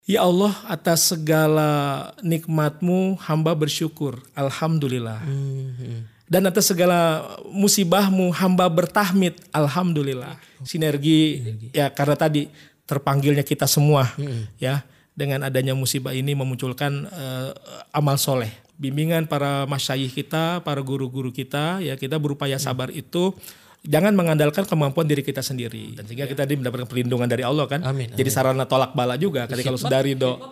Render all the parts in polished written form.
Ya Allah, atas segala nikmat-Mu hamba bersyukur, alhamdulillah. Dan atas segala musibah-Mu hamba bertahmid, alhamdulillah. Sinergi ya, karena tadi terpanggilnya kita semua ya, dengan adanya musibah ini memunculkan amal soleh. Bimbingan para masyayikh kita, para guru-guru kita, ya kita berupaya sabar itu. Jangan mengandalkan kemampuan diri kita sendiri. Dan sehingga kita mendapatkan perlindungan dari Allah kan. Amin. Jadi sarana tolak bala juga ketika kalau sudah ridho.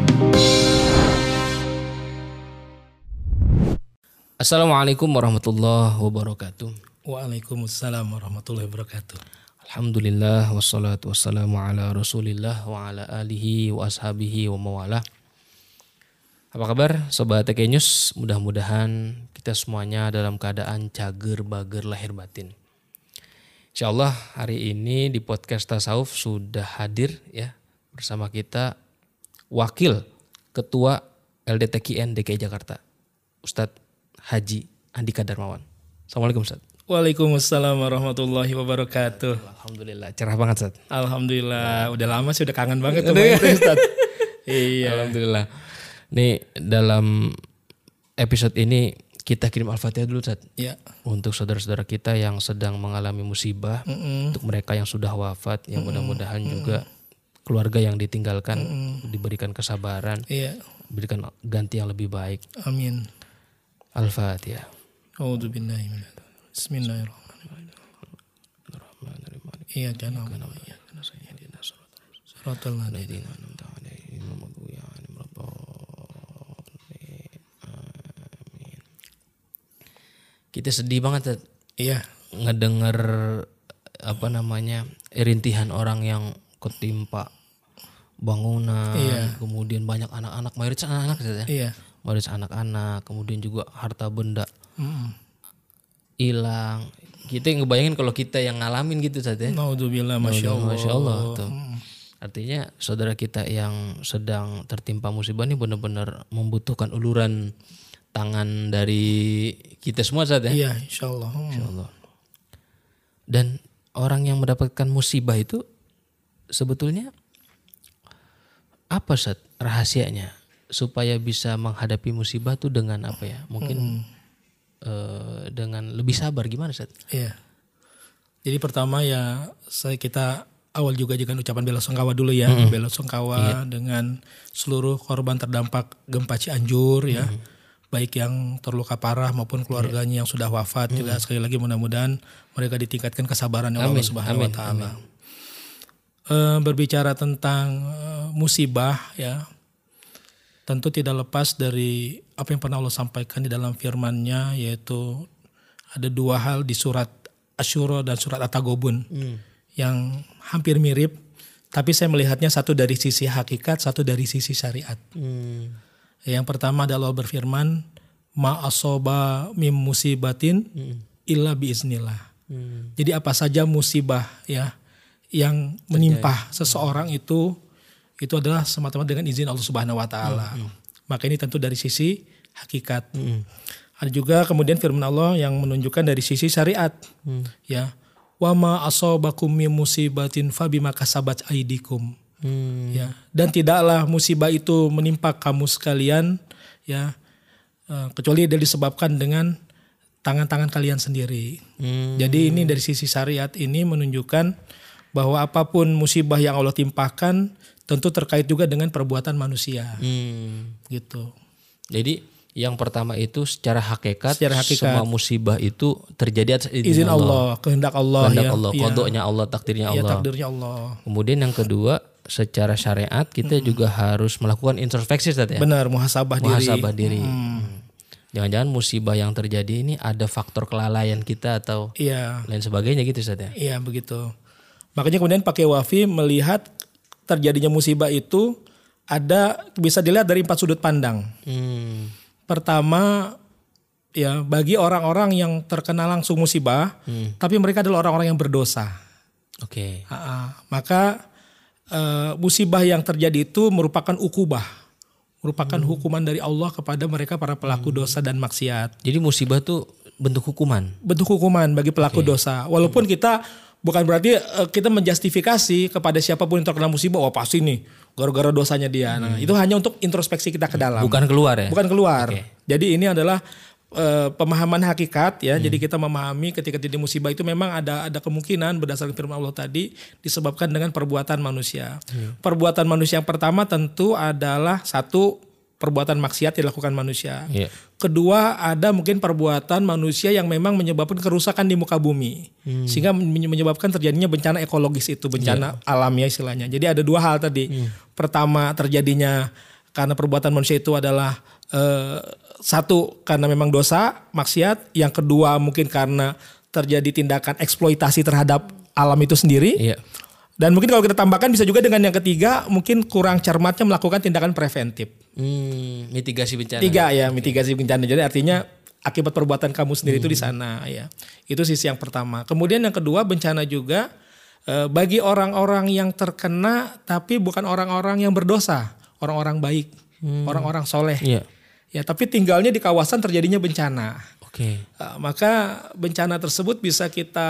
Assalamualaikum warahmatullahi wabarakatuh. Waalaikumsalam warahmatullahi wabarakatuh. Alhamdulillah wassalatu wassalamu ala Rasulillah wa ala alihi wa ashabihi wa mawalah. Apa kabar Sobat TK News? Mudah-mudahan kita semuanya dalam keadaan cager bager lahir batin. Insyaallah hari ini di podcast Tasawuf sudah hadir ya bersama kita Wakil Ketua LDTKIN DKI Jakarta, Ustadz Haji Andika Darmawan. Assalamualaikum Ustadz. Waalaikumsalam warahmatullahi wabarakatuh. Alhamdulillah cerah banget Ustadz. Alhamdulillah, udah lama sih, udah kangen banget sama itu Ustadz. Iya. Alhamdulillah. Nih dalam episode ini kita kirim Al-Fatihah dulu Ustadz. Ya. Untuk saudara-saudara kita yang sedang mengalami musibah, untuk mereka yang sudah wafat, yang mudah-mudahan juga keluarga yang ditinggalkan diberikan kesabaran, diberikan ganti yang lebih baik. Amin. Al-Fatihah. A'udzubillahi Bismillahirrahmanirrahim. Iya kan. Suratul ladzina an'amta 'alaihim ghairil Kita sedih banget Iya. ngedenger rintihan orang yang ketimpa bangunan, kemudian banyak anak-anak, mayoritas anak-anak ya. Iya. Mayoritas anak-anak, kemudian juga harta benda hilang. Kita ngebayangin kalau kita yang ngalamin gitu saja. Naudzubillah, Masya Allah. Tuh. Artinya saudara kita yang sedang tertimpa musibah ini benar-benar membutuhkan uluran tangan dari kita semua saat ya. Iya, insya Allah. Dan orang yang mendapatkan musibah itu sebetulnya apa Ustaz rahasianya supaya bisa menghadapi musibah itu dengan apa ya? Mungkin dengan lebih sabar, gimana Ustaz? Iya. Jadi pertama ya kita awal juga ucapan bela sungkawa dulu ya. Bela sungkawa dengan seluruh korban terdampak gempa Cianjur ya. Baik yang terluka parah maupun keluarganya yang sudah wafat juga, sekali lagi mudah-mudahan mereka ditingkatkan kesabaran oleh Allah Subhanahu wa taala. Berbicara tentang musibah ya, tentu tidak lepas dari apa yang pernah Allah sampaikan di dalam firman-Nya, yaitu ada dua hal di surat Asy-Syura dan surat At-Taghabun yang hampir mirip, tapi saya melihatnya satu dari sisi hakikat, satu dari sisi syariat. Yang pertama adalah Allah berfirman, ma asoba mim musibatin illa biiznillah. Jadi apa saja musibah ya yang menimpa seseorang itu adalah semata-mata dengan izin Allah Subhanahu wa taala. Maka ini tentu dari sisi hakikat. Ada juga kemudian firman Allah yang menunjukkan dari sisi syariat. Ya. Wa ma asobakum mim musibatin fabima kasabat aydikum. Ya, dan tidaklah musibah itu menimpa kamu sekalian ya, kecuali dia disebabkan dengan tangan-tangan kalian sendiri. Jadi ini dari sisi syariat ini menunjukkan bahwa apapun musibah yang Allah timpakan tentu terkait juga dengan perbuatan manusia. Gitu. Jadi yang pertama itu secara hakikat semua musibah itu terjadi atas izin Allah, kehendak Allah, qadanya Allah, takdirnya Allah. Takdirnya Allah. Kemudian yang kedua, secara syariat kita juga harus melakukan introspeksi Ustaz ya. Benar, muhasabah diri. Jangan-jangan musibah yang terjadi ini ada faktor kelalaian kita atau lain sebagainya gitu Ustaz ya. Iya, begitu. Makanya kemudian pakai wafi melihat terjadinya musibah itu bisa dilihat dari 4 sudut pandang. Pertama ya, bagi orang-orang yang terkena langsung musibah, tapi mereka adalah orang-orang yang berdosa. Oke. Maka musibah yang terjadi itu merupakan ukubah, merupakan hukuman dari Allah kepada mereka para pelaku dosa dan maksiat. Jadi musibah itu bentuk hukuman. Bentuk hukuman bagi pelaku dosa. Walaupun kita bukan berarti kita menjustifikasi kepada siapapun yang terkena musibah, wah pasti nih gara-gara dosanya dia. Nah, itu hanya untuk introspeksi kita ke dalam. Bukan keluar ya? Bukan keluar. Oke. Jadi ini adalah pemahaman hakikat ya. Jadi kita memahami ketika terjadi musibah itu memang ada kemungkinan berdasarkan firman Allah tadi disebabkan dengan perbuatan manusia. Perbuatan manusia yang pertama tentu adalah satu, perbuatan maksiat dilakukan manusia. Kedua, ada mungkin perbuatan manusia yang memang menyebabkan kerusakan di muka bumi. Sehingga menyebabkan terjadinya bencana ekologis itu, bencana alam ya istilahnya. Jadi ada dua hal tadi. Pertama, terjadinya karena perbuatan manusia itu adalah satu, karena memang dosa, maksiat. Yang kedua, mungkin karena terjadi tindakan eksploitasi terhadap alam itu sendiri. Dan mungkin kalau kita tambahkan bisa juga dengan yang ketiga, mungkin kurang cermatnya melakukan tindakan preventif. Mitigasi bencana. Tiga ya, mitigasi bencana. Jadi artinya akibat perbuatan kamu sendiri itu di sana ya. Itu sisi yang pertama. Kemudian yang kedua, bencana juga bagi orang-orang yang terkena tapi bukan orang-orang yang berdosa, orang-orang baik, orang-orang soleh. Ya, tapi tinggalnya di kawasan terjadinya bencana. Maka bencana tersebut bisa kita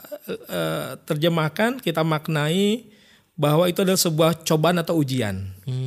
terjemahkan, kita maknai bahwa itu adalah sebuah cobaan atau ujian.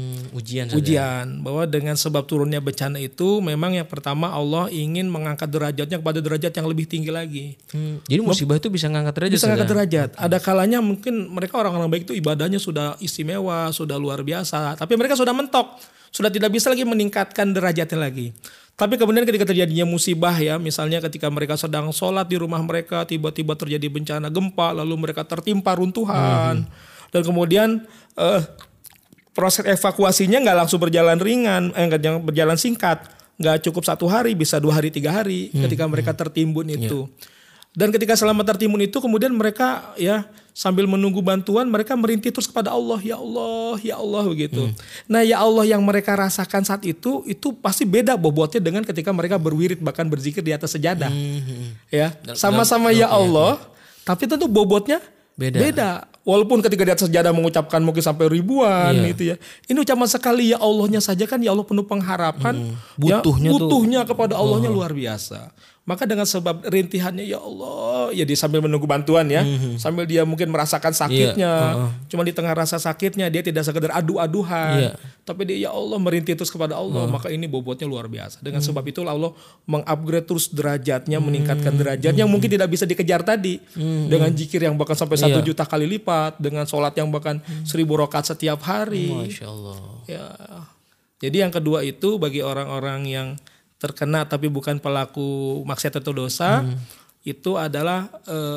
Ujian bahwa dengan sebab turunnya bencana itu memang yang pertama Allah ingin mengangkat derajatnya kepada derajat yang lebih tinggi lagi. Jadi musibah itu bisa ngangkat derajat. Bisa ngangkat derajat. Ada kalanya mungkin mereka orang-orang baik itu ibadahnya sudah istimewa, sudah luar biasa, tapi mereka sudah mentok, sudah tidak bisa lagi meningkatkan derajatnya lagi. Tapi kemudian ketika terjadinya musibah ya, misalnya ketika mereka sedang sholat di rumah mereka, tiba-tiba terjadi bencana gempa, lalu mereka tertimpa runtuhan. Dan kemudian proses evakuasinya nggak langsung berjalan ringan, nggak berjalan singkat, nggak cukup 1 hari, bisa 2 hari 3 hari ketika mereka tertimbun itu. Dan ketika selama tertimbun itu kemudian mereka ya sambil menunggu bantuan mereka merintih terus kepada Allah, ya Allah begitu. Nah ya Allah yang mereka rasakan saat itu pasti beda bobotnya dengan ketika mereka berwirid bahkan berzikir di atas sejadah. Ya sama-sama ya Allah, tapi tentu bobotnya beda. Walaupun ketika di atas sejadah mengucapkan mungkin sampai ribuan gitu ya. Ini ucapan sekali ya Allahnya saja kan ya Allah penuh pengharapan. Butuhnya kepada Allahnya luar biasa. Maka dengan sebab rintihannya ya Allah, ya dia sambil menunggu bantuan ya, sambil dia mungkin merasakan sakitnya, cuma di tengah rasa sakitnya dia tidak sekedar adu-aduhan, tapi dia ya Allah merintih terus kepada Allah, maka ini bobotnya luar biasa. Dengan sebab itu Allah mengupgrade terus derajatnya, meningkatkan derajat yang mungkin tidak bisa dikejar tadi, dengan zikir yang bahkan sampai 1 juta kali lipat, dengan sholat yang bahkan 1000 rakaat setiap hari. Masya Allah. Ya. Jadi yang kedua itu bagi orang-orang yang terkena tapi bukan pelaku maksiat atau dosa, itu adalah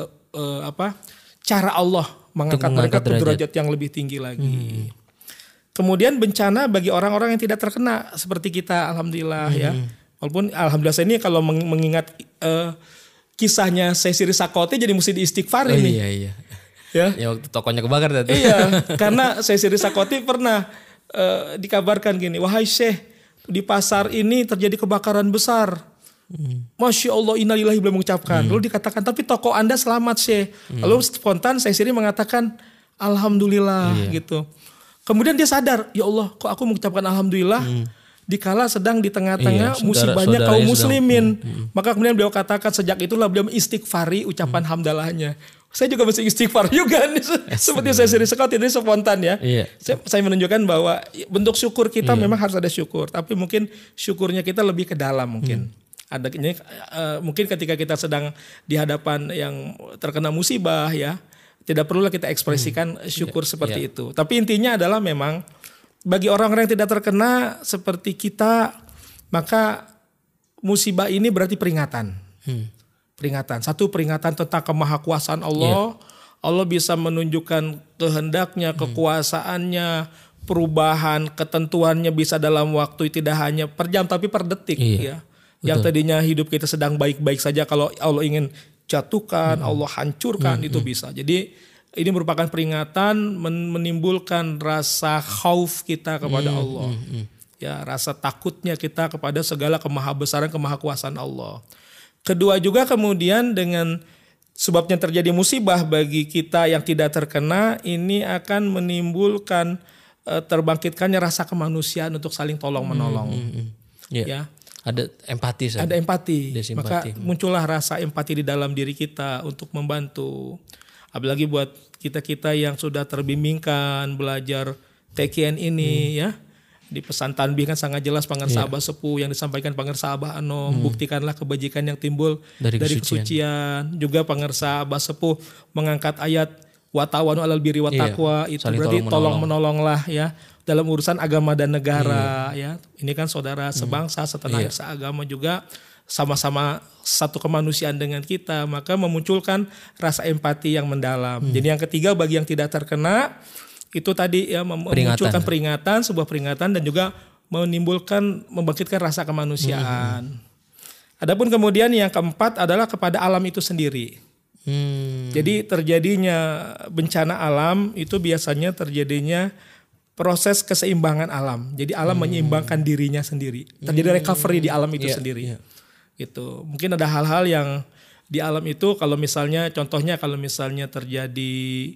cara Allah mengangkat mereka ke derajat yang lebih tinggi lagi. Kemudian bencana bagi orang-orang yang tidak terkena seperti kita, alhamdulillah ya. Walaupun alhamdulillah saya ini kalau mengingat kisahnya Syekh Sakoti jadi mesti diistighfar ini. Iya. Ya waktu tokonya kebakar tadi. Iya, karena Syekh Sakoti pernah dikabarkan gini, wahai Syekh, di pasar ini terjadi kebakaran besar. Masya Allah, innalillahi beliau mengucapkan. Lalu dikatakan, tapi toko Anda selamat Syekh. Lalu spontan saya sendiri mengatakan, alhamdulillah gitu. Kemudian dia sadar, ya Allah kok aku mengucapkan alhamdulillah dikala sedang di tengah-tengah musibahnya kaum muslimin. Maka kemudian beliau katakan sejak itulah beliau istighfari ucapan hamdalahnya. Saya juga mesti istighfar juga nih. Seperti saya sendiri sekali ini spontan ya. Saya menunjukkan bahwa bentuk syukur kita memang harus ada syukur, tapi mungkin syukurnya kita lebih ke dalam mungkin. Mungkin ketika kita sedang di hadapan yang terkena musibah ya, tidak perlulah kita ekspresikan syukur seperti itu. Tapi intinya adalah memang bagi orang-orang yang tidak terkena seperti kita, maka musibah ini berarti peringatan. Peringatan. Satu, peringatan tentang kemahakuasaan Allah. Allah bisa menunjukkan kehendaknya, kekuasaannya, perubahan, ketentuannya bisa dalam waktu tidak hanya per jam tapi per detik ya. Yang tadinya hidup kita sedang baik-baik saja, kalau Allah ingin jatuhkan, Allah hancurkan, itu bisa. Jadi ini merupakan peringatan, menimbulkan rasa khauf kita kepada Allah. Ya, rasa takutnya kita kepada segala kemahabesaran, kemahakuasaan Allah. Kedua juga kemudian dengan sebabnya terjadi musibah bagi kita yang tidak terkena, ini akan menimbulkan terbangkitkannya rasa kemanusiaan untuk saling tolong menolong. Ya. Ada empati. Ada empati. Maka muncullah rasa empati di dalam diri kita untuk membantu. Apalagi buat kita-kita yang sudah terbimbingkan belajar TKN ini ya. Di pesan tanbih kan sangat jelas pangarsa Abah Sepuh yang disampaikan pangarsa Abah Anom, buktikanlah kebajikan yang timbul dari kesucian. Juga pangarsa Abah Sepuh mengangkat ayat wa ta'awanu 'alal birri wat taqwa, itu berarti tolong menolonglah ya dalam urusan agama dan negara ya. Ini kan saudara sebangsa, setanah air seagama juga, sama-sama satu kemanusiaan dengan kita, maka memunculkan rasa empati yang mendalam. Jadi yang ketiga bagi yang tidak terkena itu tadi ya memunculkan peringatan, sebuah peringatan dan juga membangkitkan rasa kemanusiaan. Adapun kemudian yang keempat adalah kepada alam itu sendiri. Jadi terjadinya bencana alam itu biasanya terjadinya proses keseimbangan alam. Jadi alam menyeimbangkan dirinya sendiri. Terjadi recovery di alam itu sendiri. Gitu. Mungkin ada hal-hal yang di alam itu kalau misalnya contohnya kalau misalnya terjadi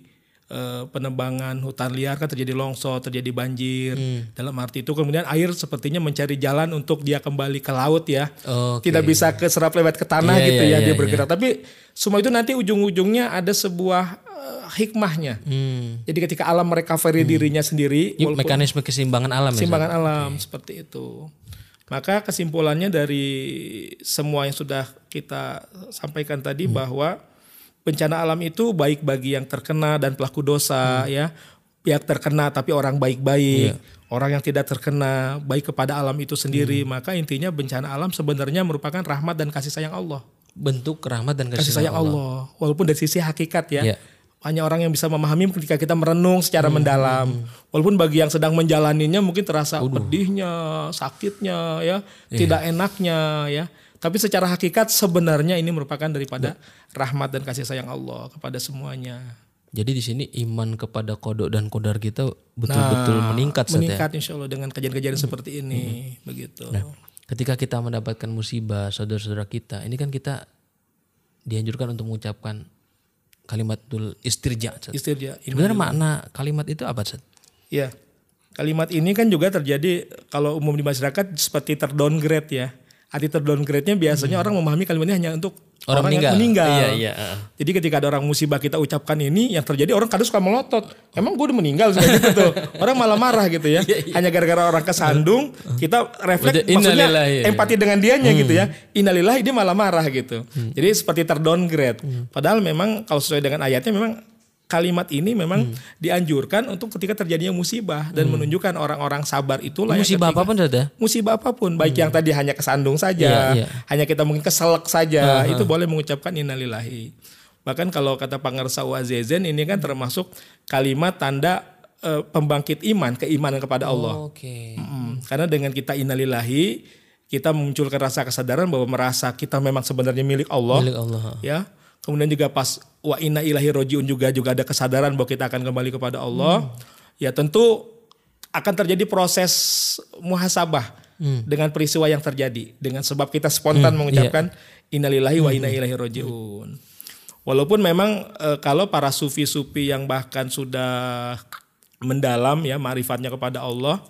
penebangan hutan liar kan terjadi longsor, terjadi banjir. Dalam arti itu kemudian air sepertinya mencari jalan untuk dia kembali ke laut ya. Tidak bisa keserap lewat ke tanah gitu ya dia bergerak. Tapi semua itu nanti ujung-ujungnya ada sebuah hikmahnya. Jadi ketika alam recovery dirinya sendiri, mekanisme keseimbangan alam. Keseimbangan alam seperti itu. Maka kesimpulannya dari semua yang sudah kita sampaikan tadi bahwa bencana alam itu baik bagi yang terkena dan pelaku dosa ya. Pihak terkena tapi orang baik-baik, orang yang tidak terkena baik kepada alam itu sendiri. Maka intinya bencana alam sebenarnya merupakan rahmat dan kasih sayang Allah. Bentuk rahmat dan kasih sayang Allah. Walaupun dari sisi hakikat ya. Hanya orang yang bisa memahami ketika kita merenung secara mendalam. Walaupun bagi yang sedang menjalaninya mungkin terasa pedihnya, sakitnya ya, tidak enaknya ya. Tapi secara hakikat sebenarnya ini merupakan daripada rahmat dan kasih sayang Allah kepada semuanya. Jadi di sini iman kepada qada dan qadar kita betul-betul meningkat. Meningkat insya Allah dengan kejadian-kejadian seperti ini. Begitu. Nah, ketika kita mendapatkan musibah saudara-saudara kita, ini kan kita dianjurkan untuk mengucapkan kalimatul istirja. Sebenarnya makna kalimat itu apa, Ustaz? Ya, kalimat ini kan juga terjadi kalau umum di masyarakat seperti terdowngrade ya. Arti terdowngrade-nya biasanya orang memahami kalimat ini hanya untuk orang yang meninggal. Jadi ketika ada orang musibah kita ucapkan ini, yang terjadi orang kadang suka melotot. Emang gue udah meninggal gitu. Orang malah marah gitu ya. Hanya gara-gara orang kesandung, kita refleks maksudnya empati dengan dianya gitu ya. Innalillahi, dia malah marah gitu. Jadi seperti terdowngrade. Padahal memang kalau sesuai dengan ayatnya memang kalimat ini memang dianjurkan untuk ketika terjadinya musibah dan menunjukkan orang-orang sabar itulah musibah apapun ada. Musibah apapun, baik yang tadi hanya kesandung saja, hanya kita mungkin keselak saja, itu boleh mengucapkan innalillahi. Bahkan kalau kata pangarsa Wazezen ini kan termasuk kalimat tanda pembangkit iman, keimanan kepada Allah. Karena dengan kita innalillahi, kita memunculkan rasa kesadaran bahwa merasa kita memang sebenarnya milik Allah. Ya. Kemudian juga pas wa inna ilahi rojiun juga ada kesadaran bahwa kita akan kembali kepada Allah. Ya tentu akan terjadi proses muhasabah dengan peristiwa yang terjadi. Dengan sebab kita spontan mengucapkan innalillahi wa inna ilahi rojiun. Walaupun memang kalau para sufi-sufi yang bahkan sudah mendalam ya ma'rifatnya kepada Allah,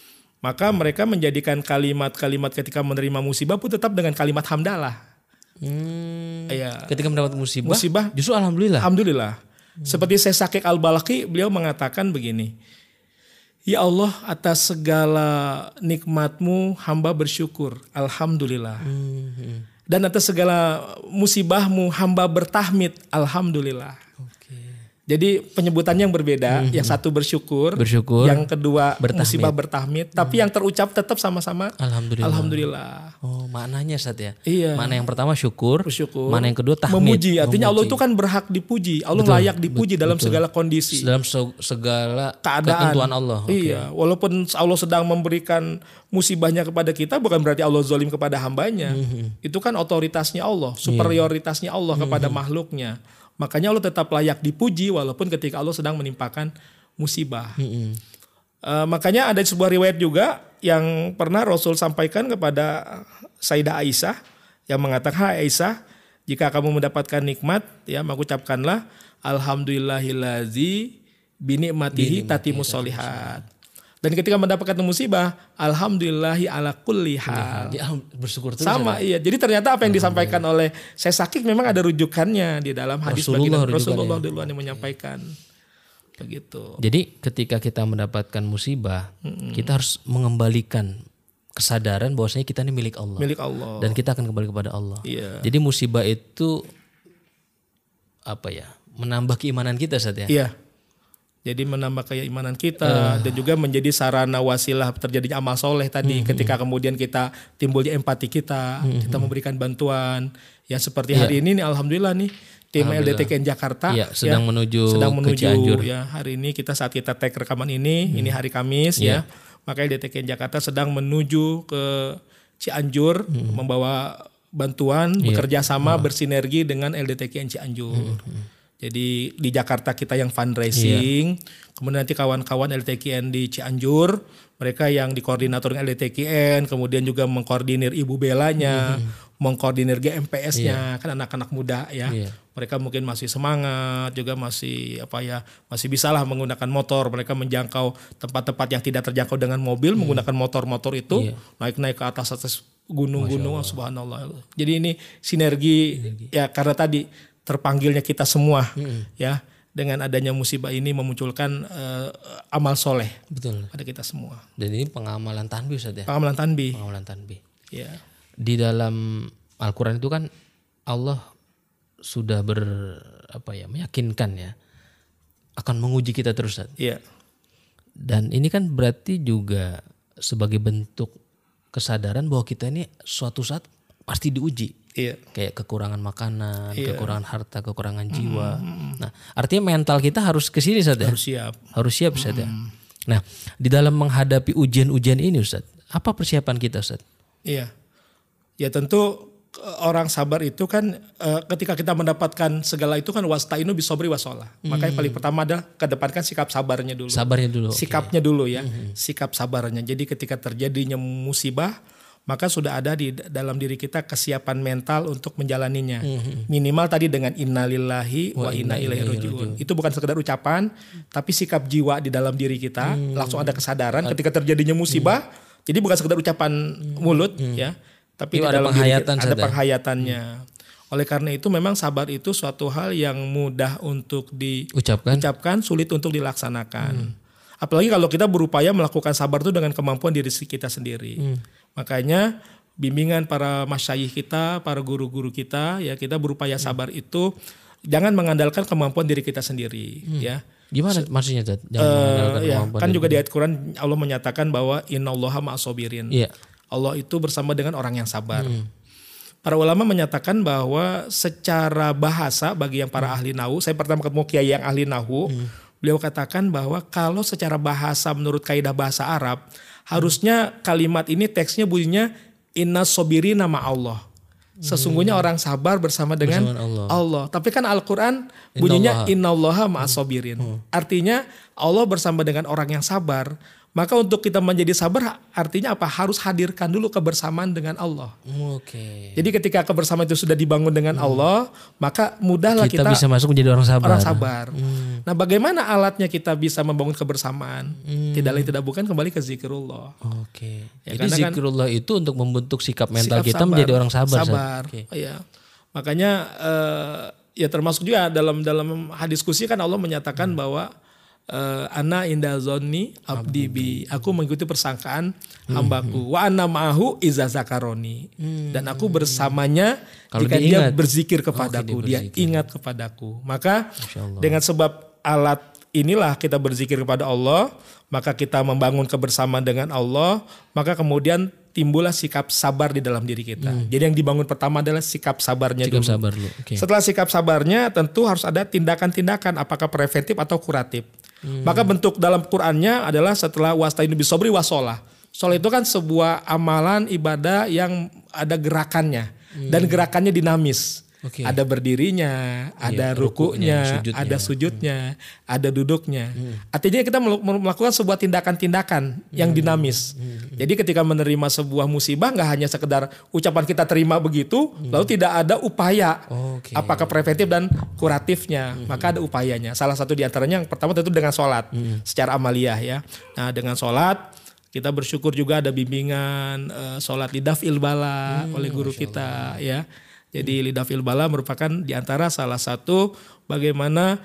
maka mereka menjadikan kalimat-kalimat ketika menerima musibah pun tetap dengan kalimat hamdalah. Ketika mendapat musibah justru alhamdulillah. Seperti Syekh Shakik Al-Balaki, beliau mengatakan begini, ya Allah, atas segala nikmatmu hamba bersyukur, alhamdulillah. Dan atas segala musibahmu hamba bertahmid, alhamdulillah. Jadi penyebutannya yang berbeda, yang satu bersyukur, yang kedua musibah bertahmid, tapi yang terucap tetap sama-sama alhamdulillah. Oh, maknanya Ustaz ya. Iya. Mana yang pertama syukur, mana yang kedua tahmid. Memuji, artinya Allah itu kan berhak dipuji. Allah layak dipuji dalam segala kondisi. Dalam segala ketentuan Allah. Iya, walaupun Allah sedang memberikan musibahnya kepada kita bukan berarti Allah zalim kepada hambanya. Itu kan otoritasnya Allah, superioritasnya Allah kepada makhluknya. Makanya Allah tetap layak dipuji walaupun ketika Allah sedang menimpakan musibah. Makanya ada sebuah riwayat juga yang pernah Rasul sampaikan kepada Sayyidah Aisyah yang mengatakan, hai Aisyah, jika kamu mendapatkan nikmat, ya maka ucapkanlah alhamdulillahillazi binikmatihi tatimus sholihat. Dan ketika mendapatkan musibah, alhamdulillahi ala kulli hal. Dia bersyukur terus. Sama, iya. Jadi ternyata apa yang disampaikan oleh Syekh Syakik memang ada rujukannya di dalam hadis baginda Rasulullah duluan yang menyampaikan. Begitu. Jadi ketika kita mendapatkan musibah, kita harus mengembalikan kesadaran bahwasanya kita ini milik Allah. Milik Allah. Dan kita akan kembali kepada Allah. Iya. Jadi musibah itu apa ya? Menambah keimanan kita, Ustaz ya. Iya. Jadi menambah keimanan kita dan juga menjadi sarana wasilah terjadinya amal soleh tadi. Ketika kemudian kita timbulnya empati kita memberikan bantuan. Ya seperti hari ini nih, alhamdulillah nih tim LDTKN Jakarta sedang menuju ke Cianjur. Ya, hari ini saat kita tag rekaman ini hari Kamis ya. Maka LDTKN Jakarta sedang menuju ke Cianjur membawa bantuan, bekerja sama bersinergi dengan LDTKN Cianjur. Jadi di Jakarta kita yang fundraising, kemudian nanti kawan-kawan LTKN di Cianjur, mereka yang dikoordinatorin LTKN, kemudian juga mengkoordinir Ibu Belanya, mengkoordinir GMPS-nya, kan anak-anak muda ya. Mereka mungkin masih semangat, juga masih masih bisalah menggunakan motor. Mereka menjangkau tempat-tempat yang tidak terjangkau dengan mobil, menggunakan motor-motor itu, naik-naik ke atas gunung-gunung, subhanallah. Jadi ini sinergi ya, karena tadi terpanggilnya kita semua ya, dengan adanya musibah ini memunculkan amal soleh pada kita semua. Dan ini pengamalan tanbih, Ustaz ya. Pengamalan tanbih. Ya. Di dalam Al-Qur'an itu kan Allah sudah meyakinkan ya akan menguji kita terus, Ustaz. Iya. Dan ini kan berarti juga sebagai bentuk kesadaran bahwa kita ini suatu saat pasti diuji. Iya. Kayak kekurangan makanan, kekurangan harta, kekurangan jiwa. Nah, artinya mental kita harus ke sini, Ustaz ya. Harus siap, Ustaz ya. Nah, di dalam menghadapi ujian-ujian ini, Ustaz, apa persiapan kita, Ustaz? Iya. Ya tentu orang sabar itu kan ketika kita mendapatkan segala itu kan wasta'inu bisobri wasolah. Maka yang paling pertama adalah kedepankan sikap sabarnya dulu. Sikapnya dulu ya. Sikap sabarnya. Jadi ketika terjadinya musibah, maka sudah ada di dalam diri kita kesiapan mental untuk menjalaninya. Minimal tadi dengan innalillahi wa inna ilaihi rajiun. Itu bukan sekedar ucapan, tapi sikap jiwa di dalam diri kita. Langsung ada kesadaran ketika terjadinya musibah. Jadi bukan sekedar ucapan mulut ya, tapi di dalam diri kita ada penghayatannya. Oleh karena itu memang sabar itu suatu hal yang mudah untuk diucapkan, sulit untuk dilaksanakan. Apalagi kalau kita berupaya melakukan sabar itu dengan kemampuan diri kita sendiri. Makanya bimbingan para masyayikh kita, para guru-guru kita, ya kita berupaya sabar itu jangan mengandalkan kemampuan diri kita sendiri. Ya. Gimana maksudnya, Tad? Kan juga di ayat Quran Allah menyatakan bahwa innallaha ma'as-sabirin. Allah itu bersama dengan orang yang sabar. Para ulama menyatakan bahwa secara bahasa bagi yang para ahli nahwu, saya pertama ketemu kiai yang ahli nahwu, beliau katakan bahwa kalau secara bahasa menurut kaidah bahasa Arab, harusnya kalimat ini teksnya bunyinya inna sobirina ma'allah. Sesungguhnya orang sabar bersama dengan Allah. Tapi kan Al-Quran bunyinya innallaha ma'as-sabirin. Artinya Allah bersama dengan orang yang sabar. Maka untuk kita menjadi sabar artinya apa? Harus hadirkan dulu kebersamaan dengan Allah. Jadi ketika kebersamaan itu sudah dibangun dengan Allah, maka mudahlah kita bisa masuk menjadi orang sabar. Nah, bagaimana alatnya kita bisa membangun kebersamaan? Tidak lain tidak bukan kembali ke zikrullah. Ya, jadi zikrullah itu untuk membentuk sikap mental kita sabar, menjadi orang sabar. Ya. Makanya ya termasuk juga dalam hadis qudsi kan Allah menyatakan bahwa ana inda zonni abdi bi, aku mengikuti persangkaan hambaku, wa ana ma'ahu iza zakaroni, dan aku bersamanya jika dia berzikir kepadaku, dia ingat kepadaku. Maka dengan sebab alat inilah kita berzikir kepada Allah, maka kita membangun kebersamaan dengan Allah, maka kemudian timbullah sikap sabar di dalam diri kita. Jadi yang dibangun pertama adalah sikap sabarnya dulu. Setelah sikap sabarnya tentu harus ada tindakan-tindakan, apakah preventif atau kuratif. Maka bentuk dalam Qur'annya adalah setelah wasta'inu bisobri wasolah. Solah itu kan sebuah amalan ibadah yang ada gerakannya dan gerakannya dinamis. Oke. Ada berdirinya, ada rukunya, sujudnya. ada sujudnya, ada duduknya. Artinya kita melakukan sebuah tindakan-tindakan yang dinamis. Jadi ketika menerima sebuah musibah nggak hanya sekedar ucapan kita terima begitu, lalu tidak ada upaya. Oke. Apakah preventif dan kuratifnya, maka ada upayanya. Salah satu di antaranya yang pertama tentu dengan sholat secara amaliyah ya. Nah dengan sholat kita bersyukur juga ada bimbingan sholat lidafil bala oleh guru kita ya. Jadi lidafil bala merupakan di antara salah satu bagaimana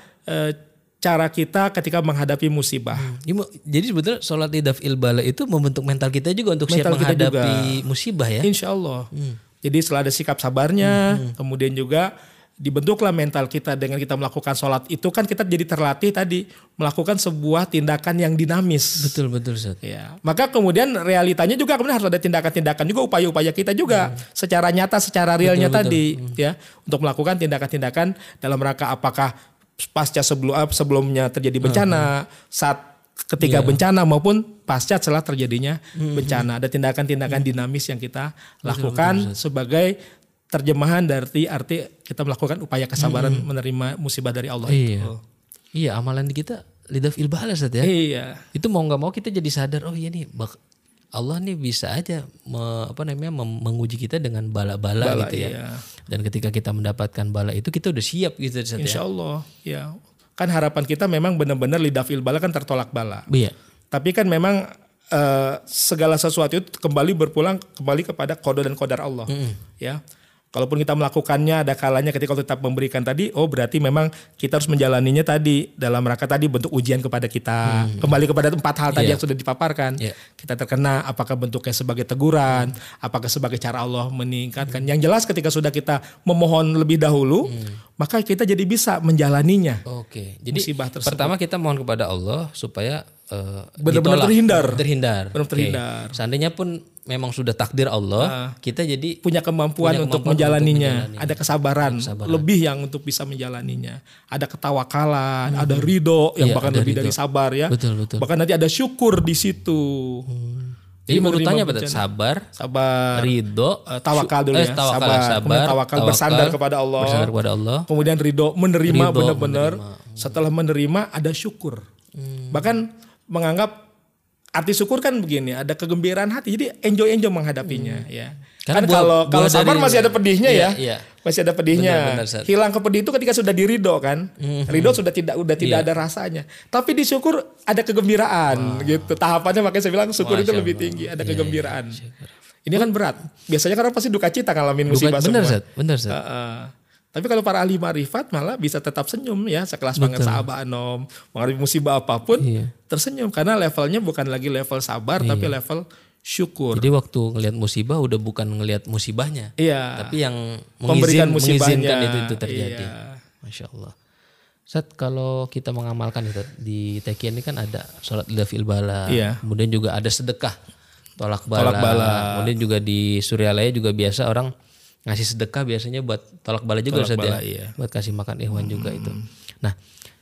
cara kita ketika menghadapi musibah. Jadi sebetulnya sholat lidafil bala itu membentuk mental kita juga untuk siap menghadapi musibah ya. Insya Allah. Jadi setelah ada sikap sabarnya, kemudian juga dibentuklah mental kita dengan kita melakukan sholat itu kan kita jadi terlatih tadi melakukan sebuah tindakan yang dinamis. Betul Ustaz. Ya. Maka kemudian realitanya juga kemudian harus ada tindakan-tindakan juga upaya-upaya kita juga secara nyata, secara realnya tadi ya untuk melakukan tindakan-tindakan dalam rangka apakah pasca sebelumnya terjadi bencana, saat ketika bencana maupun pasca setelah terjadinya bencana. Ada tindakan-tindakan dinamis yang kita lakukan sebagai terjemahan dari arti kita melakukan upaya kesabaran menerima musibah dari Allah itu. Iya, amalan kita lidafil bala Ustaz ya. Iya. Itu mau nggak mau kita jadi sadar, oh iya nih Allah nih bisa aja menguji kita dengan bala-bala gitu ya. Iya. Dan ketika kita mendapatkan bala itu kita udah siap gitu Ustaz ya. Insya Allah ya. Kan harapan kita memang benar-benar lidafil bala kan tertolak bala. Iya. Tapi kan memang segala sesuatu itu kembali kepada qada dan qadar Allah. Ya. Kalaupun kita melakukannya ada kalanya ketika kita tetap memberikan tadi, oh berarti memang kita harus menjalaninya tadi dalam rangka tadi bentuk ujian kepada kita. Kembali kepada 4 hal tadi yang sudah dipaparkan. Kita terkena apakah bentuknya sebagai teguran, apakah sebagai cara Allah meningkatkan. Yang jelas ketika sudah kita memohon lebih dahulu, maka kita jadi bisa menjalaninya. Oke. Jadi musibah tersebut. Pertama kita mohon kepada Allah supaya benar-benar terhindar. Benar terhindar. Seandainya pun memang sudah takdir Allah, kita jadi punya kemampuan untuk menjalaninya. Ada kesabaran lebih yang untuk bisa menjalaninya. Ada ketawakalan, ada ridho yang bahkan lebih dari sabar ya. Betul. Bahkan nanti ada syukur di situ. Jadi urutannya apa? Sabar, ridho, tawakal dulu ya. Tawakal bersandar kepada Allah. Kemudian ridho, menerima benar-benar. Setelah menerima ada syukur. Bahkan menganggap arti syukur kan begini, ada kegembiraan hati, jadi enjoy menghadapinya ya. Kan kalau sabar masih ada pedihnya ya, masih ada pedihnya. Benar, hilang kepedih itu ketika sudah diridho kan, ridho sudah tidak ada rasanya. Tapi di syukur ada kegembiraan gitu. Tahapannya makanya saya bilang syukur itu lebih tinggi, ada kegembiraan. Ini kan berat. Biasanya kan orang pasti duka cita ngalamin musibah semua. Benar. Tapi kalau para ahli marifat malah bisa tetap senyum ya, sekelas banget sahabat Anom, menghadapi musibah apapun tersenyum karena levelnya bukan lagi level sabar tapi level syukur. Jadi waktu ngelihat musibah udah bukan ngelihat musibahnya, tapi yang mengizinkan itu terjadi. Masya Allah. Saat kalau kita mengamalkan itu di Tekian ini kan ada sholat lidafil bala, kemudian juga ada sedekah tolak bala. Kemudian juga di Suryalaya juga biasa orang ngasih sedekah biasanya buat tolak bala juga Ustaz ya. Buat kasih makan ikhwan juga itu. Nah,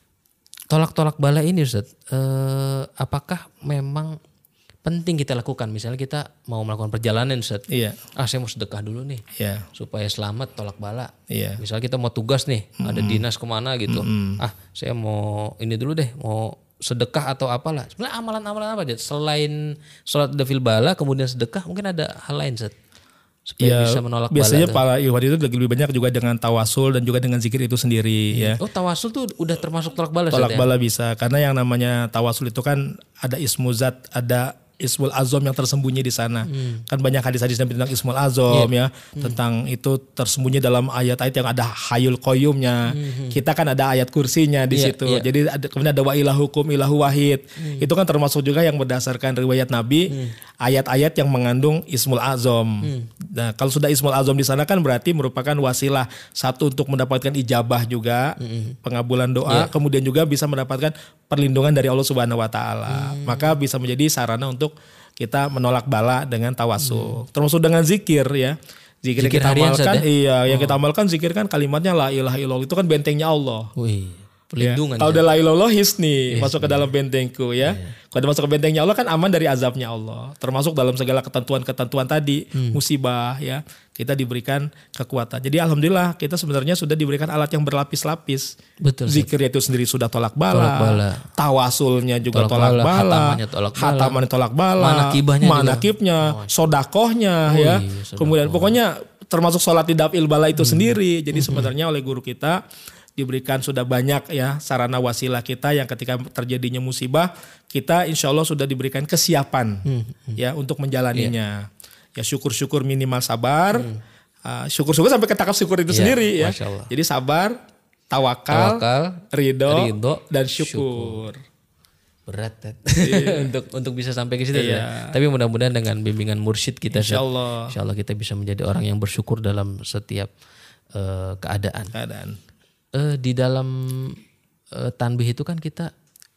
tolak bala ini Ustaz, apakah memang penting kita lakukan? Misalnya kita mau melakukan perjalanan Ustaz. Saya mau sedekah dulu nih. Supaya selamat tolak bala. Misalnya kita mau tugas nih, ada dinas kemana gitu. Saya mau ini dulu deh, mau sedekah atau apalah. Sebenarnya amalan-amalan apa aja selain sholat lidafil bala kemudian sedekah, mungkin ada hal lain Ustaz? Supaya bisa menolak biasanya bala. Para ikhwan itu lebih banyak juga dengan tawasul dan juga dengan zikir itu sendiri ya. Oh, tawasul tuh udah termasuk tolak bala? Tolak bala bisa, karena yang namanya tawasul itu kan ada ismuzat, ada Ismul Azam yang tersembunyi di sana. Kan banyak hadis-hadis Nabi tentang Ismul Azam ya, tentang itu tersembunyi dalam ayat-ayat yang ada Hayyul Qayyumnya. Kita kan ada ayat kursinya di situ. Jadi kemudian ada wa ilahukum ilahu wahid. Itu kan termasuk juga yang berdasarkan riwayat Nabi, ayat-ayat yang mengandung Ismul Azam. Nah, kalau sudah Ismul Azam di sana kan berarti merupakan wasilah satu untuk mendapatkan ijabah juga, pengabulan doa, kemudian juga bisa mendapatkan perlindungan dari Allah Subhanahu wa taala. Maka bisa menjadi sarana untuk kita menolak bala dengan tawasul. Termasuk dengan zikir ya. Zikir yang kita amalkan, yang kita amalkan zikir kan kalimatnya la ilaha illallah, itu kan bentengnya Allah. Pelindungan. Kalau udah la ilaha illallah hisni, masuk ke dalam bentengku ya. Kalau udah masuk ke bentengnya Allah kan aman dari azabnya Allah. Termasuk dalam segala ketentuan-ketentuan tadi, musibah ya. Kita diberikan kekuatan. Jadi alhamdulillah kita sebenarnya sudah diberikan alat yang berlapis-lapis. Betul. Zikirnya itu sendiri sudah tolak bala. Tawasulnya juga tolak bala. Hatamannya tolak bala. Manakibnya, sodakohnya ya. Kemudian pokoknya termasuk sholat tidafil bala itu sendiri. Jadi sebenarnya oleh guru kita diberikan sudah banyak ya sarana wasilah kita yang ketika terjadinya musibah kita insya Allah sudah diberikan kesiapan ya untuk menjalaninya. Ya syukur-syukur minimal sabar, syukur-syukur sampai ke takap syukur itu sendiri ya. Jadi sabar, tawakal, ridho dan syukur. Berat untuk bisa sampai ke situ ya. Tapi mudah-mudahan dengan bimbingan mursyid kita insya Allah kita bisa menjadi orang yang bersyukur dalam setiap keadaan. Di dalam tanbih itu kan kita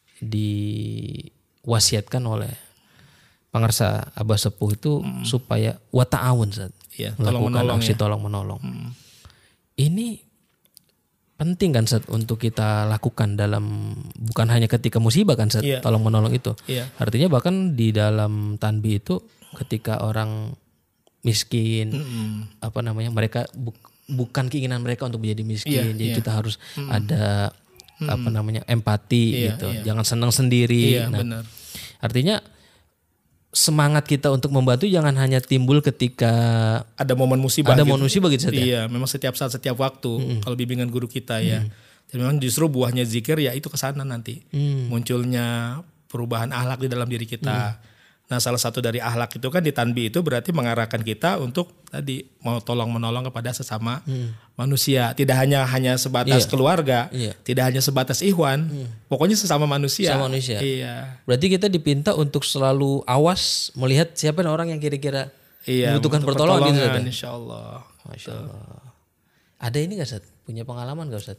diwasiatkan oleh pangarsa Abah Sepuh itu supaya wa ta'awun melakukan aksi tolong menolong. Ini penting kan Sat untuk kita lakukan dalam bukan hanya ketika musibah kan Sat, tolong menolong itu. Artinya bahkan di dalam tanbih itu ketika orang miskin mereka bukan keinginan mereka untuk menjadi miskin. Jadi kita harus ada empati gitu. Jangan senang sendiri. Benar. Artinya semangat kita untuk membantu jangan hanya timbul ketika ada momen musibah. Momen musibah gitu. Iya, memang setiap saat setiap waktu kalau bimbingan guru kita ya. Dan memang justru buahnya zikir ya itu kesana nanti. Munculnya perubahan akhlak di dalam diri kita. Nah salah satu dari akhlak itu kan di tanbih itu berarti mengarahkan kita untuk tadi mau tolong menolong kepada sesama manusia. Tidak hanya sebatas keluarga, tidak hanya sebatas ikhwan, pokoknya sesama manusia. Iya. Berarti kita dipinta untuk selalu awas melihat siapa orang yang kira-kira membutuhkan pertolongan. Insya Allah. Masya Allah. Ada ini gak Ustaz? Punya pengalaman gak Ustaz?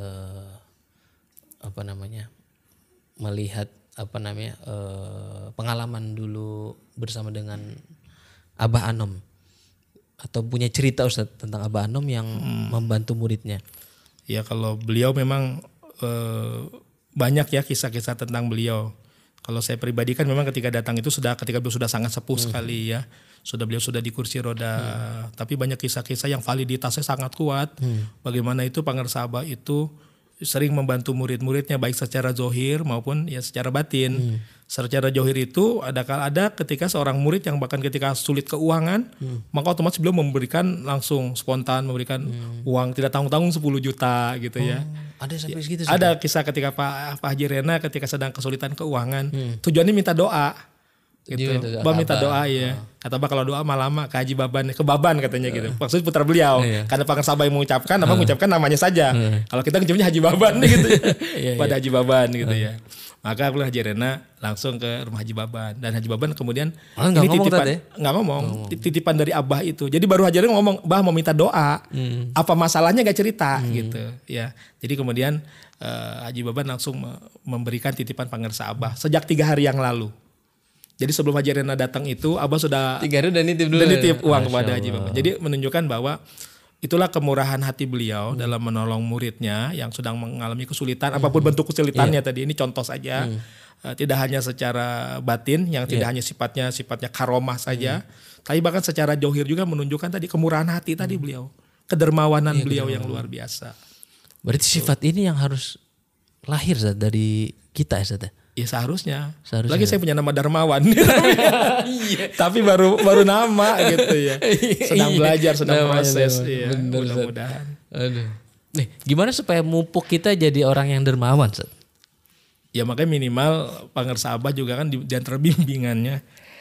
Melihat pengalaman dulu bersama dengan Abah Anom atau punya cerita Ustaz tentang Abah Anom yang membantu muridnya? Ya kalau beliau memang banyak ya kisah-kisah tentang beliau. Kalau saya pribadi kan memang ketika datang itu ketika beliau sudah sangat sepuh sekali ya. Beliau sudah di kursi roda. Tapi banyak kisah-kisah yang validitasnya sangat kuat. Bagaimana itu pangarsa Abah itu sering membantu murid-muridnya baik secara zohir maupun ya secara batin. Secara zohir itu ada ketika seorang murid yang bahkan ketika sulit keuangan, maka otomatis beliau memberikan langsung spontan memberikan uang tidak tanggung-tanggung 10 juta gitu ya. Ada sampai segitu. Ada kisah ketika Pak Haji Rena ketika sedang kesulitan keuangan, tujuannya minta doa. Gitu. Bah minta doa ya. Kata Bah kalau doa lama ke Haji Baban, ke Baban katanya gitu. Maksudnya putra beliau. Karena pangarsa Abah yang mengucapkan, mengucapkan namanya saja. Kalau kita ngucapnya Haji Baban gitu ya. Pada Haji Baban gitu ya. Maka aku Haji Rena langsung ke rumah Haji Baban dan Haji Baban kemudian ini titipan nggak ngomong titipan dari Abah itu. Jadi baru Haji Rena ngomong, Bah mau minta doa. Apa masalahnya gak cerita gitu ya. Jadi kemudian Haji Baban langsung memberikan titipan pangarsa Abah sejak 3 hari yang lalu. Jadi sebelum Haji Rena datang itu Abah sudah 3 hari udah nitip dulu. Nitip uang kepada Haji Baban. Jadi menunjukkan bahwa itulah kemurahan hati beliau dalam menolong muridnya yang sedang mengalami kesulitan apapun bentuk kesulitannya tadi. Ini contoh saja. Tidak hanya secara batin yang tidak hanya sifatnya karomah saja, tapi bahkan secara johir juga menunjukkan tadi kemurahan hati tadi beliau, kedermawanan beliau yang luar biasa. Berarti sifat ini yang harus lahir dari kita ya. Ya seharusnya. Lagi saya punya nama Darmawan. Tapi baru nama gitu ya. Sedang belajar, sedang proses. Iya, mudah-mudahan. Nih, gimana supaya mupuk kita jadi orang yang dermawan, Seth? Ya makanya minimal pangarsa Abah juga kan di antara bimbingannya.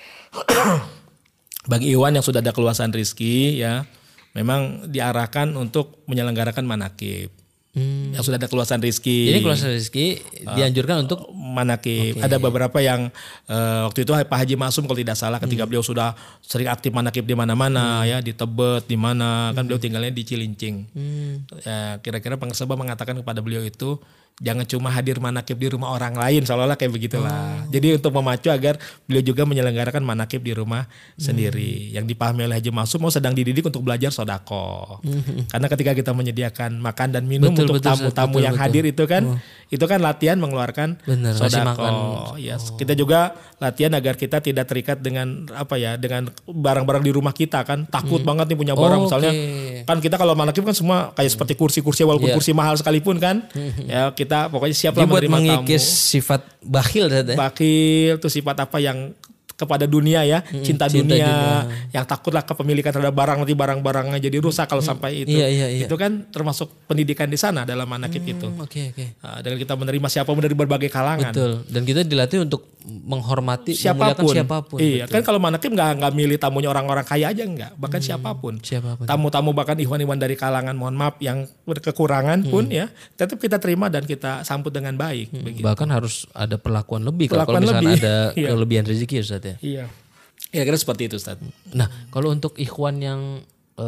Bagi Iwan yang sudah ada keluasan rezeki ya, memang diarahkan untuk menyelenggarakan manakib. Yang sudah ada keluasan rezeki. Jadi keluasan rezeki dianjurkan untuk manakib. Ada beberapa yang waktu itu Pak Haji Masum kalau tidak salah ketika beliau sudah sering aktif manakib di mana-mana ya, di Tebet, di mana kan beliau tinggalnya di Cilincing. Ya, kira-kira pangarsa Abah mengatakan kepada beliau itu jangan cuma hadir manakib di rumah orang lain, seolah-olah kayak begitulah. Jadi untuk memacu agar beliau juga menyelenggarakan manakib di rumah sendiri. Yang dipahami oleh Haji Maksum mau sedang dididik untuk belajar sodako. Karena ketika kita menyediakan makan dan minum untuk tamu-tamu yang hadir itu kan latihan mengeluarkan sodako. Yes. Kita juga latihan agar kita tidak terikat dengan dengan barang-barang di rumah kita kan. Takut banget nih punya barang misalnya. Kan kita kalau manakib kan semua kayak seperti kursi-kursi walaupun kursi mahal sekalipun kan. Ya kita pokoknya siaplah menerima tamu. Mengikis sifat bakhil. Bakhil itu sifat apa yang kepada dunia ya, cinta dunia, yang takutlah kepemilikan terhadap barang, nanti barang-barangnya jadi rusak kalau sampai itu. Itu kan termasuk pendidikan di sana dalam manakib itu. Dengan kita menerima siapapun dari berbagai kalangan. Betul. Dan kita dilatih untuk menghormati siapapun. Iya, kan kalau manakib nggak milih tamunya orang-orang kaya aja nggak, bahkan siapapun. Tamu-tamu bahkan ikhwan-ikhwan dari kalangan mohon maaf yang kekurangan pun ya, tetap kita terima dan kita sambut dengan baik. Bahkan harus ada perlakuan lebih kalau misalnya ada kelebihan rezeki Ustaz ya. Iya. Kira-kira seperti itu Ustaz. Nah, kalau untuk ikhwan yang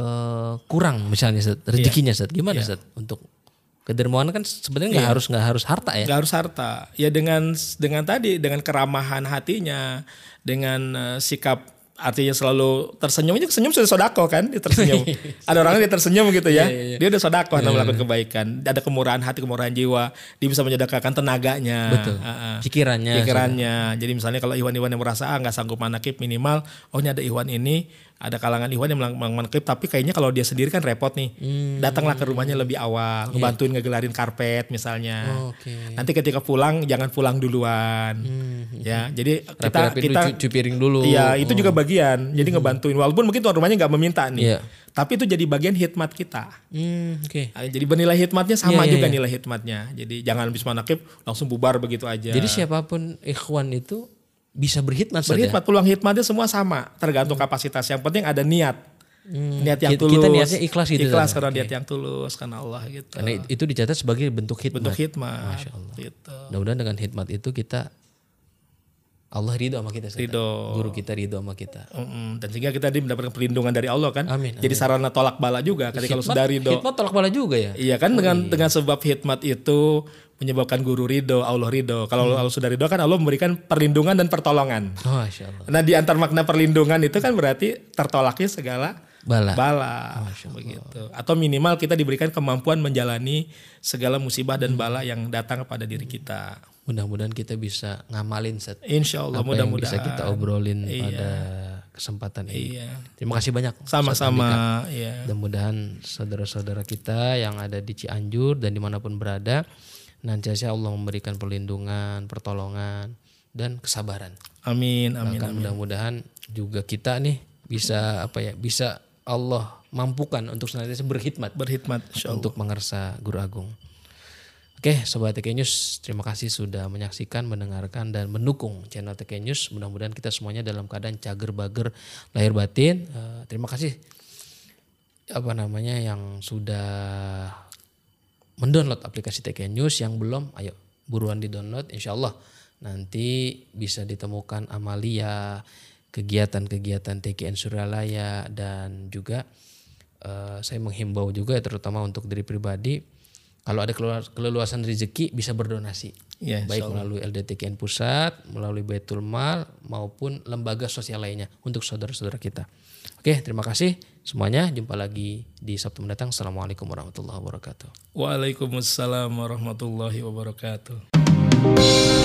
kurang misalnya Ustaz, rezekinya Ustaz, gimana Ustaz untuk kedermawanan kan sebenarnya nggak harus harta ya. Nggak harus harta. Ya dengan keramahan hatinya, dengan sikap artinya selalu tersenyum aja, senyum sudah sodako kan, dia tersenyum. Ada orangnya dia tersenyum gitu ya, dia udah sodako melakukan kebaikan. Ada kemurahan hati, kemurahan jiwa, dia bisa menyedekahkan tenaganya, pikirannya. Jadi misalnya kalau ikhwan-ikhwan yang merasa nggak sanggup manakib minimal, ini ada ikhwan ini, ada kalangan ikhwan yang manakib tapi kayaknya kalau dia sendiri kan repot nih. Datanglah ke rumahnya lebih awal, ngebantuin ngegelarin karpet misalnya. Nanti ketika pulang jangan pulang duluan. Ya, jadi kita cuci piring dulu. Iya, itu juga bagian. Jadi ngebantuin walaupun mungkin tuan rumahnya nggak meminta nih. Tapi itu jadi bagian hikmat kita. Jadi bernilai hikmatnya sama juga nilai hikmatnya. Jadi jangan habis manakib langsung bubar begitu aja. Jadi siapapun ikhwan itu bisa berkhidmat. Berkhidmat, peluang hikmatnya semua sama, tergantung kapasitas. Yang penting ada niat. Niat yang tulus. Kita niatnya ikhlas gitu. Ikhlas karena niat yang tulus karena Allah gitu. Karena itu dicatat sebagai bentuk khidmat. Bentuk khidmat. Masya Allah. Gitu. Mudah-mudahan dengan khidmat itu kita Allah ridho sama kita. Guru kita ridho sama kita. Dan sehingga kita mendapatkan perlindungan dari Allah kan. Amin. Jadi sarana tolak bala juga. Ketika kalau sudah ridho. Khidmat tolak bala juga ya. Iya kan dengan sebab khidmat itu menyebabkan guru ridho, Allah ridho. Kalau Allah sudah ridho kan Allah memberikan perlindungan dan pertolongan. Masya Allah. Nah di antar makna perlindungan itu kan berarti tertolaknya segala bala. Begitu. Atau minimal kita diberikan kemampuan menjalani segala musibah dan bala yang datang kepada diri kita. Mudah-mudahan kita bisa ngamalin Insya Allah mudah-mudahan bisa kita obrolin pada kesempatan ini. Terima kasih banyak. Sama-sama. Mudah-mudahan saudara-saudara kita yang ada di Cianjur dan dimanapun berada, nanti Allah memberikan perlindungan, pertolongan, dan kesabaran. Amin. Mudah-mudahan juga kita nih bisa bisa Allah mampukan untuk senantiasa berkhidmat untuk mengersa Guru Agung. Oke, Sobat TK News, terima kasih sudah menyaksikan, mendengarkan, dan mendukung channel TK News. Mudah-mudahan kita semuanya dalam keadaan cager bager lahir batin. Terima kasih yang sudah mendownload aplikasi TK News. Yang belum, ayo buruan di-download. Insya Allah nanti bisa ditemukan amalia, kegiatan-kegiatan TKN Suryalaya, dan juga saya menghimbau juga terutama untuk diri pribadi, kalau ada keleluasan rezeki bisa berdonasi, baik melalui LDTKN Pusat, melalui Baitul Mal maupun lembaga sosial lainnya untuk saudara-saudara kita. Oke, terima kasih semuanya. Jumpa lagi di Sabtu mendatang. Assalamualaikum warahmatullahi wabarakatuh. Waalaikumsalam warahmatullahi wabarakatuh.